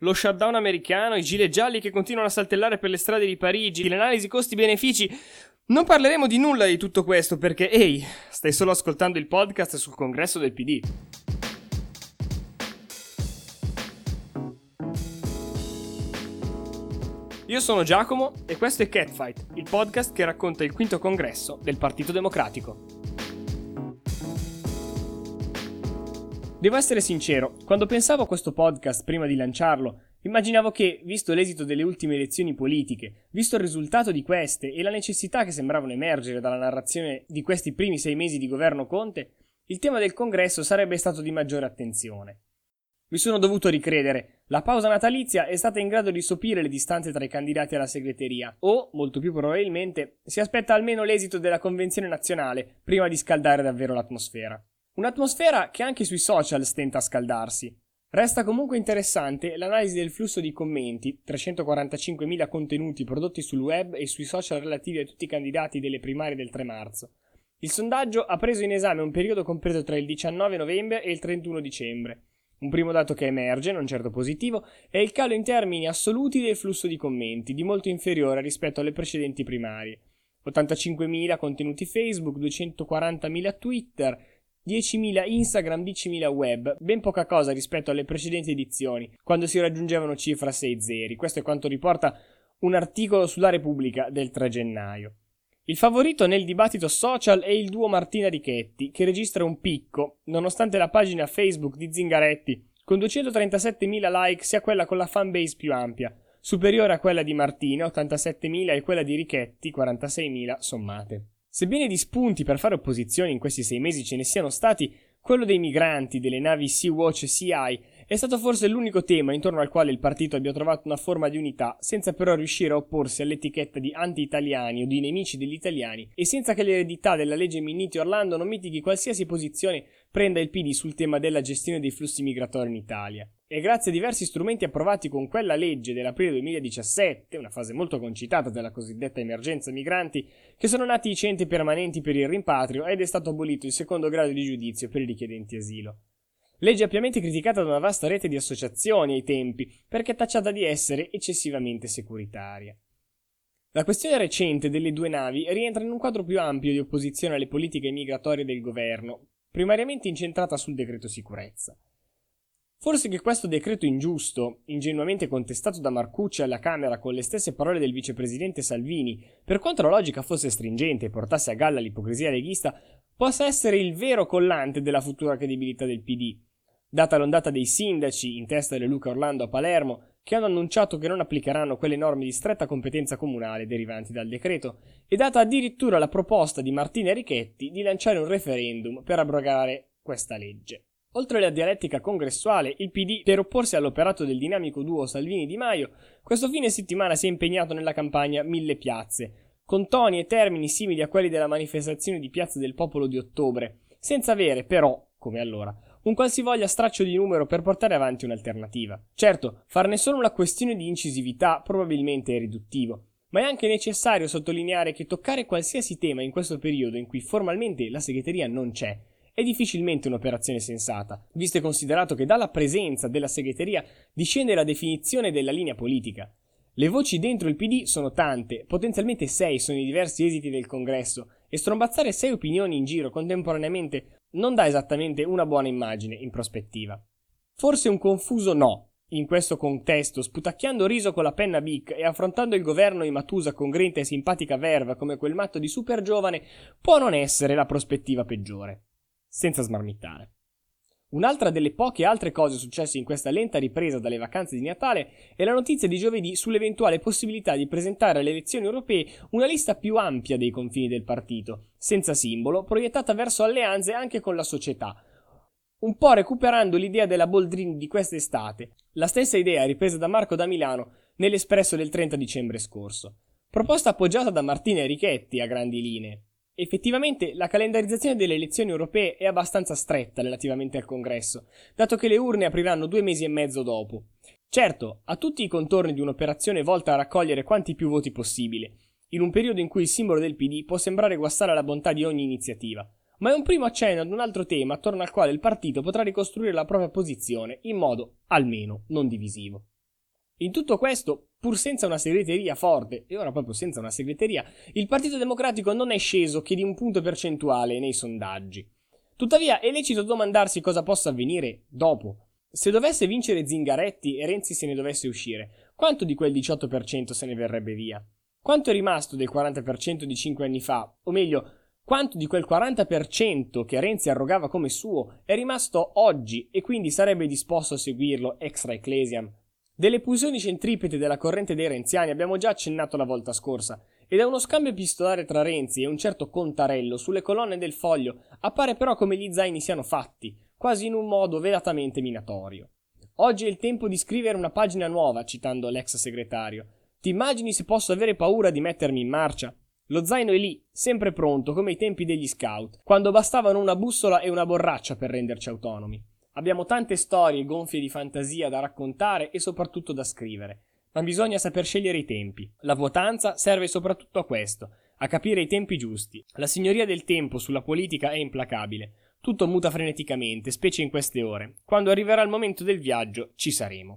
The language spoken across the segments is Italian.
Lo shutdown americano, i gilet gialli che continuano a saltellare per le strade di Parigi, l'analisi costi-benefici. Non parleremo di nulla di tutto questo perché, ehi, stai solo ascoltando il podcast sul congresso del PD. Io sono Giacomo e questo è Catfight, il podcast che racconta il quinto congresso del Partito Democratico. Devo essere sincero, quando pensavo a questo podcast prima di lanciarlo, immaginavo che, visto l'esito delle ultime elezioni politiche, visto il risultato di queste e la necessità che sembravano emergere dalla narrazione di questi primi 6 mesi di governo Conte, il tema del congresso sarebbe stato di maggiore attenzione. Mi sono dovuto ricredere, la pausa natalizia è stata in grado di sopire le distanze tra i candidati alla segreteria o, molto più probabilmente, si aspetta almeno l'esito della convenzione nazionale prima di scaldare davvero l'atmosfera. Un'atmosfera che anche sui social stenta a scaldarsi. Resta comunque interessante l'analisi del flusso di commenti, 345.000 contenuti prodotti sul web e sui social relativi a tutti i candidati delle primarie del 3 marzo. Il sondaggio ha preso in esame un periodo compreso tra il 19 novembre e il 31 dicembre. Un primo dato che emerge, non certo positivo, è il calo in termini assoluti del flusso di commenti, di molto inferiore rispetto alle precedenti primarie. 85.000 contenuti Facebook, 240.000 Twitter, 10.000 Instagram, 10.000 web, ben poca cosa rispetto alle precedenti edizioni, quando si raggiungevano cifre a 6 zeri. Questo è quanto riporta un articolo sulla Repubblica del 3 gennaio. Il favorito nel dibattito social è il duo Martina-Richetti, che registra un picco, nonostante la pagina Facebook di Zingaretti, con 237.000 like, sia quella con la fanbase più ampia, superiore a quella di Martina, 87.000, e quella di Richetti, 46.000 sommate. Sebbene di spunti per fare opposizione in questi 6 mesi ce ne siano stati, quello dei migranti, delle navi Sea-Watch e Sea-Eye è stato forse l'unico tema intorno al quale il partito abbia trovato una forma di unità, senza però riuscire a opporsi all'etichetta di anti-italiani o di nemici degli italiani e senza che l'eredità della legge Minniti-Orlando non mitighi qualsiasi posizione prenda il PD sul tema della gestione dei flussi migratori in Italia. E grazie a diversi strumenti approvati con quella legge dell'aprile 2017, una fase molto concitata della cosiddetta emergenza migranti, che sono nati i centri permanenti per il rimpatrio ed è stato abolito il secondo grado di giudizio per i richiedenti asilo. Legge ampiamente criticata da una vasta rete di associazioni ai tempi, perché tacciata di essere eccessivamente securitaria. La questione recente delle due navi rientra in un quadro più ampio di opposizione alle politiche migratorie del governo, primariamente incentrata sul decreto sicurezza. Forse che questo decreto ingiusto, ingenuamente contestato da Marcucci alla Camera con le stesse parole del vicepresidente Salvini, per quanto la logica fosse stringente e portasse a galla l'ipocrisia leghista, possa essere il vero collante della futura credibilità del PD, data l'ondata dei sindaci, in testa alle Luca Orlando a Palermo, che hanno annunciato che non applicheranno quelle norme di stretta competenza comunale derivanti dal decreto, e data addirittura la proposta di Martina e Richetti di lanciare un referendum per abrogare questa legge. Oltre alla dialettica congressuale, il PD, per opporsi all'operato del dinamico duo Salvini-Di Maio, questo fine settimana si è impegnato nella campagna Mille Piazze, con toni e termini simili a quelli della manifestazione di Piazza del Popolo di ottobre, senza avere però, come allora, un qualsivoglia straccio di numero per portare avanti un'alternativa. Certo, farne solo una questione di incisività probabilmente è riduttivo, ma è anche necessario sottolineare che toccare qualsiasi tema in questo periodo in cui formalmente la segreteria non c'è è difficilmente un'operazione sensata, visto e considerato che dalla presenza della segreteria discende la definizione della linea politica. Le voci dentro il PD sono tante, potenzialmente 6 sono i diversi esiti del congresso, e strombazzare 6 opinioni in giro contemporaneamente non dà esattamente una buona immagine in prospettiva. Forse un confuso no, in questo contesto, sputacchiando riso con la penna Bic e affrontando il governo in Matusa con grinta e simpatica verve come quel matto di super giovane, può non essere la prospettiva peggiore. Senza smarmittare. Un'altra delle poche altre cose successe in questa lenta ripresa dalle vacanze di Natale è la notizia di giovedì sull'eventuale possibilità di presentare alle elezioni europee una lista più ampia dei confini del partito, senza simbolo, proiettata verso alleanze anche con la società, un po' recuperando l'idea della Boldrini di quest'estate, la stessa idea ripresa da Marco da Milano nell'Espresso del 30 dicembre scorso. Proposta appoggiata da Martina e Richetti a grandi linee. Effettivamente la calendarizzazione delle elezioni europee è abbastanza stretta relativamente al congresso, dato che le urne apriranno 2 mesi e mezzo dopo. Certo, ha tutti i contorni di un'operazione volta a raccogliere quanti più voti possibile, in un periodo in cui il simbolo del PD può sembrare guastare alla bontà di ogni iniziativa, ma è un primo accenno ad un altro tema attorno al quale il partito potrà ricostruire la propria posizione in modo, almeno, non divisivo. In tutto questo, pur senza una segreteria forte, e ora proprio senza una segreteria, il Partito Democratico non è sceso che di un punto percentuale nei sondaggi. Tuttavia è lecito domandarsi cosa possa avvenire dopo. Se dovesse vincere Zingaretti e Renzi se ne dovesse uscire, quanto di quel 18% se ne verrebbe via? Quanto è rimasto del 40% di 5 anni fa? O meglio, quanto di quel 40% che Renzi arrogava come suo è rimasto oggi e quindi sarebbe disposto a seguirlo extra ecclesiam? Delle pulsioni centripete della corrente dei renziani abbiamo già accennato la volta scorsa, e da uno scambio epistolare tra Renzi e un certo Contarello sulle colonne del Foglio appare però come gli zaini siano fatti, quasi in un modo velatamente minatorio. Oggi è il tempo di scrivere una pagina nuova, citando l'ex segretario. Ti immagini se posso avere paura di mettermi in marcia? Lo zaino è lì, sempre pronto, come ai tempi degli scout, quando bastavano una bussola e una borraccia per renderci autonomi. Abbiamo tante storie gonfie di fantasia da raccontare e soprattutto da scrivere, ma bisogna saper scegliere i tempi. La votanza serve soprattutto a questo, a capire i tempi giusti. La signoria del tempo sulla politica è implacabile. Tutto muta freneticamente, specie in queste ore. Quando arriverà il momento del viaggio, ci saremo.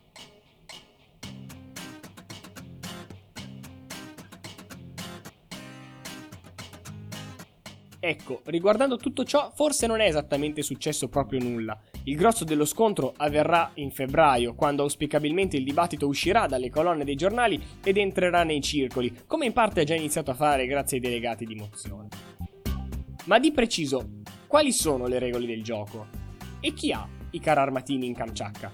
Ecco, riguardando tutto ciò, forse non è esattamente successo proprio nulla. Il grosso dello scontro avverrà in febbraio, quando auspicabilmente il dibattito uscirà dalle colonne dei giornali ed entrerà nei circoli, come in parte ha già iniziato a fare grazie ai delegati di mozione. Ma di preciso, quali sono le regole del gioco? E chi ha i carri armatini in Kamchatka?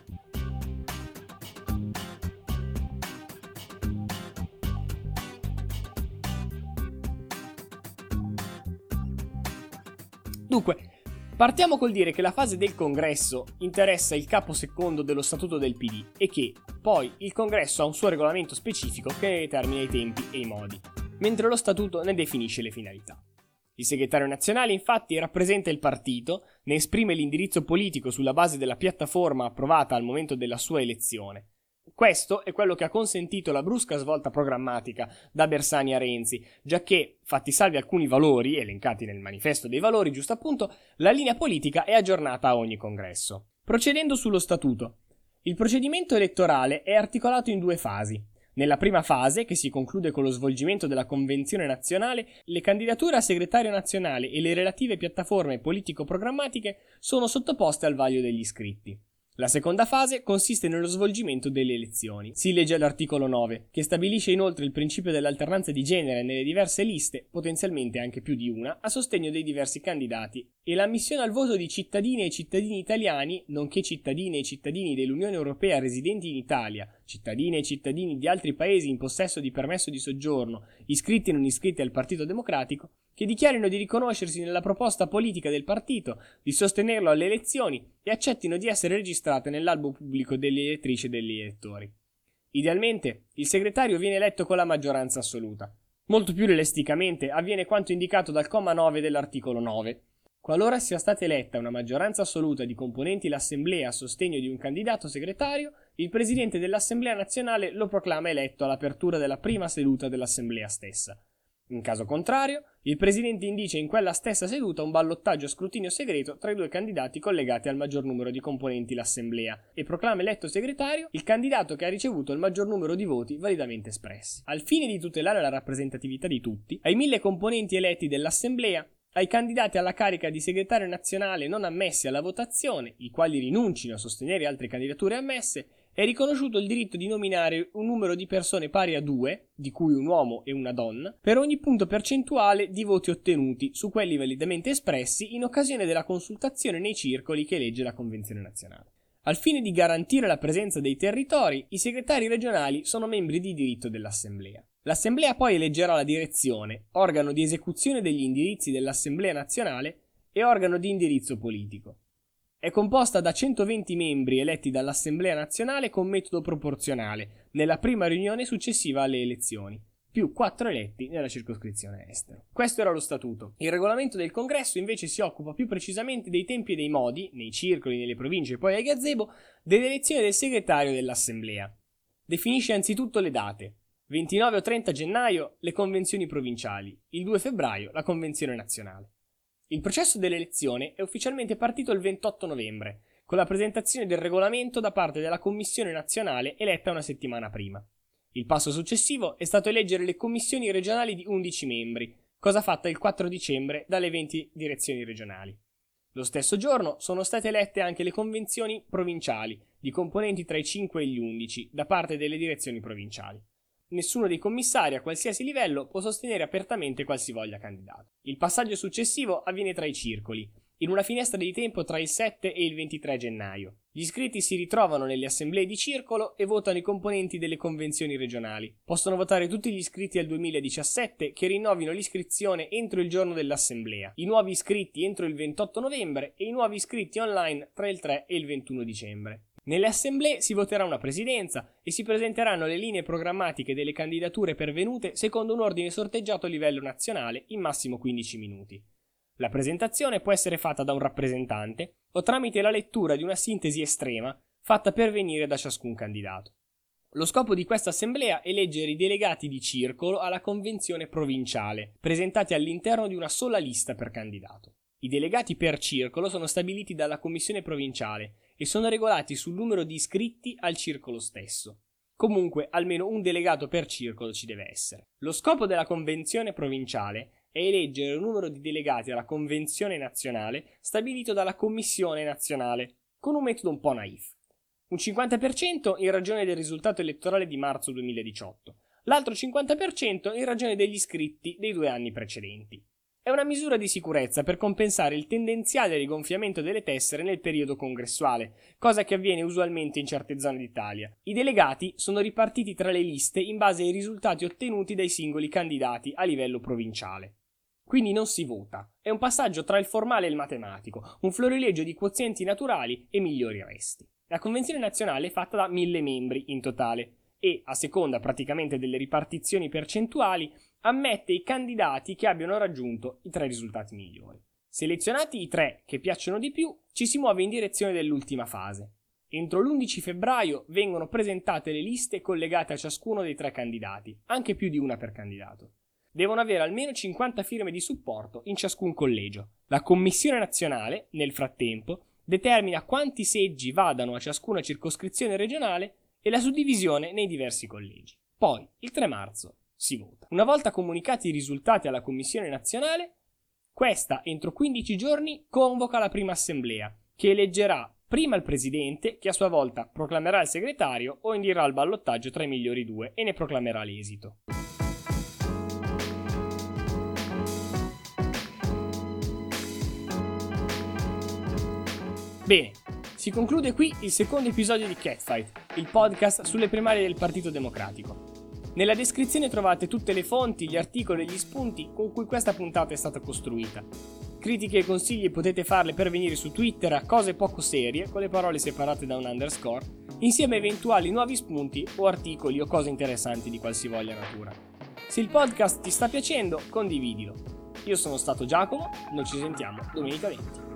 Dunque, partiamo col dire che la fase del congresso interessa il capo secondo dello statuto del PD e che, poi, il congresso ha un suo regolamento specifico che ne determina i tempi e i modi, mentre lo statuto ne definisce le finalità. Il segretario nazionale infatti rappresenta il partito, ne esprime l'indirizzo politico sulla base della piattaforma approvata al momento della sua elezione. Questo è quello che ha consentito la brusca svolta programmatica da Bersani a Renzi, giacché, fatti salvi alcuni valori, elencati nel manifesto dei valori, giusto appunto, la linea politica è aggiornata a ogni congresso. Procedendo sullo statuto. Il procedimento elettorale è articolato in 2 fasi. Nella prima fase, che si conclude con lo svolgimento della convenzione nazionale, le candidature a segretario nazionale e le relative piattaforme politico-programmatiche sono sottoposte al vaglio degli iscritti. La seconda fase consiste nello svolgimento delle elezioni. Si legge all'articolo 9, che stabilisce inoltre il principio dell'alternanza di genere nelle diverse liste, potenzialmente anche più di una, a sostegno dei diversi candidati, e l'ammissione al voto di cittadine e cittadini italiani, nonché cittadine e cittadini dell'Unione Europea residenti in Italia, cittadine e cittadini di altri paesi in possesso di permesso di soggiorno, iscritti e non iscritti al Partito Democratico, che dichiarino di riconoscersi nella proposta politica del partito, di sostenerlo alle elezioni e accettino di essere registrate nell'albo pubblico delle elettrici e degli elettori. Idealmente, il segretario viene eletto con la maggioranza assoluta. Molto più realisticamente avviene quanto indicato dal comma 9 dell'articolo 9. Qualora sia stata eletta una maggioranza assoluta di componenti l'assemblea a sostegno di un candidato segretario, il presidente dell'assemblea nazionale lo proclama eletto all'apertura della prima seduta dell'assemblea stessa. In caso contrario, il presidente indice in quella stessa seduta un ballottaggio a scrutinio segreto tra i 2 candidati collegati al maggior numero di componenti l'assemblea e proclama eletto segretario il candidato che ha ricevuto il maggior numero di voti validamente espressi. Al fine di tutelare la rappresentatività di tutti, ai 1000 componenti eletti dell'assemblea, ai candidati alla carica di segretario nazionale non ammessi alla votazione, i quali rinuncino a sostenere altre candidature ammesse, è riconosciuto il diritto di nominare un numero di persone pari a 2, di cui un uomo e una donna, per ogni punto percentuale di voti ottenuti su quelli validamente espressi in occasione della consultazione nei circoli che elegge la Convenzione nazionale. Al fine di garantire la presenza dei territori, i segretari regionali sono membri di diritto dell'Assemblea. L'Assemblea poi eleggerà la direzione, organo di esecuzione degli indirizzi dell'Assemblea nazionale e organo di indirizzo politico. È composta da 120 membri eletti dall'Assemblea nazionale con metodo proporzionale, nella prima riunione successiva alle elezioni, più 4 eletti nella circoscrizione estero. Questo era lo statuto. Il regolamento del congresso invece si occupa più precisamente dei tempi e dei modi, nei circoli, nelle province e poi ai gazebo, dell'elezione del segretario dell'Assemblea. Definisce anzitutto le date. 29 o 30 gennaio le convenzioni provinciali, il 2 febbraio la convenzione nazionale. Il processo dell'elezione è ufficialmente partito il 28 novembre, con la presentazione del regolamento da parte della Commissione nazionale eletta una settimana prima. Il passo successivo è stato eleggere le commissioni regionali di 11 membri, cosa fatta il 4 dicembre dalle 20 direzioni regionali. Lo stesso giorno sono state elette anche le convenzioni provinciali, di componenti tra i 5 e gli 11, da parte delle direzioni provinciali. Nessuno dei commissari a qualsiasi livello può sostenere apertamente qualsivoglia candidato. Il passaggio successivo avviene tra i circoli, in una finestra di tempo tra il 7 e il 23 gennaio. Gli iscritti si ritrovano nelle assemblee di circolo e votano i componenti delle convenzioni regionali. Possono votare tutti gli iscritti al 2017 che rinnovino l'iscrizione entro il giorno dell'assemblea, i nuovi iscritti entro il 28 novembre e i nuovi iscritti online tra il 3 e il 21 dicembre. Nelle assemblee si voterà una presidenza e si presenteranno le linee programmatiche delle candidature pervenute secondo un ordine sorteggiato a livello nazionale in massimo 15 minuti. La presentazione può essere fatta da un rappresentante o tramite la lettura di una sintesi estrema fatta pervenire da ciascun candidato. Lo scopo di questa assemblea è eleggere i delegati di circolo alla convenzione provinciale, presentati all'interno di una sola lista per candidato. I delegati per circolo sono stabiliti dalla commissione provinciale e sono regolati sul numero di iscritti al circolo stesso. Comunque, almeno un delegato per circolo ci deve essere. Lo scopo della convenzione provinciale è eleggere un numero di delegati alla convenzione nazionale stabilito dalla commissione nazionale, con un metodo un po' naif. Un 50% in ragione del risultato elettorale di marzo 2018, l'altro 50% in ragione degli iscritti dei 2 anni precedenti. È una misura di sicurezza per compensare il tendenziale rigonfiamento delle tessere nel periodo congressuale, cosa che avviene usualmente in certe zone d'Italia. I delegati sono ripartiti tra le liste in base ai risultati ottenuti dai singoli candidati a livello provinciale. Quindi non si vota, è un passaggio tra il formale e il matematico, un florilegio di quozienti naturali e migliori resti. La convenzione nazionale è fatta da 1000 membri in totale e, a seconda praticamente delle ripartizioni percentuali, ammette i candidati che abbiano raggiunto i 3 risultati migliori. Selezionati i 3 che piacciono di più, ci si muove in direzione dell'ultima fase. Entro l'11 febbraio vengono presentate le liste collegate a ciascuno dei 3 candidati, anche più di una per candidato. Devono avere almeno 50 firme di supporto in ciascun collegio. La Commissione nazionale, nel frattempo, determina quanti seggi vadano a ciascuna circoscrizione regionale e la suddivisione nei diversi collegi. Poi, il 3 marzo, si vota. Una volta comunicati i risultati alla Commissione nazionale, questa, entro 15 giorni, convoca la prima assemblea, che eleggerà prima il presidente, che a sua volta proclamerà il segretario o indirà il ballottaggio tra i migliori 2 e ne proclamerà l'esito. Bene, si conclude qui il secondo episodio di Catfight, il podcast sulle primarie del Partito Democratico. Nella descrizione trovate tutte le fonti, gli articoli e gli spunti con cui questa puntata è stata costruita. Critiche e consigli potete farle pervenire su Twitter a cose poco serie, con le parole separate da un underscore, insieme a eventuali nuovi spunti o articoli o cose interessanti di qualsivoglia natura. Se il podcast ti sta piacendo, condividilo. Io sono stato Giacomo, noi ci sentiamo domenica 20.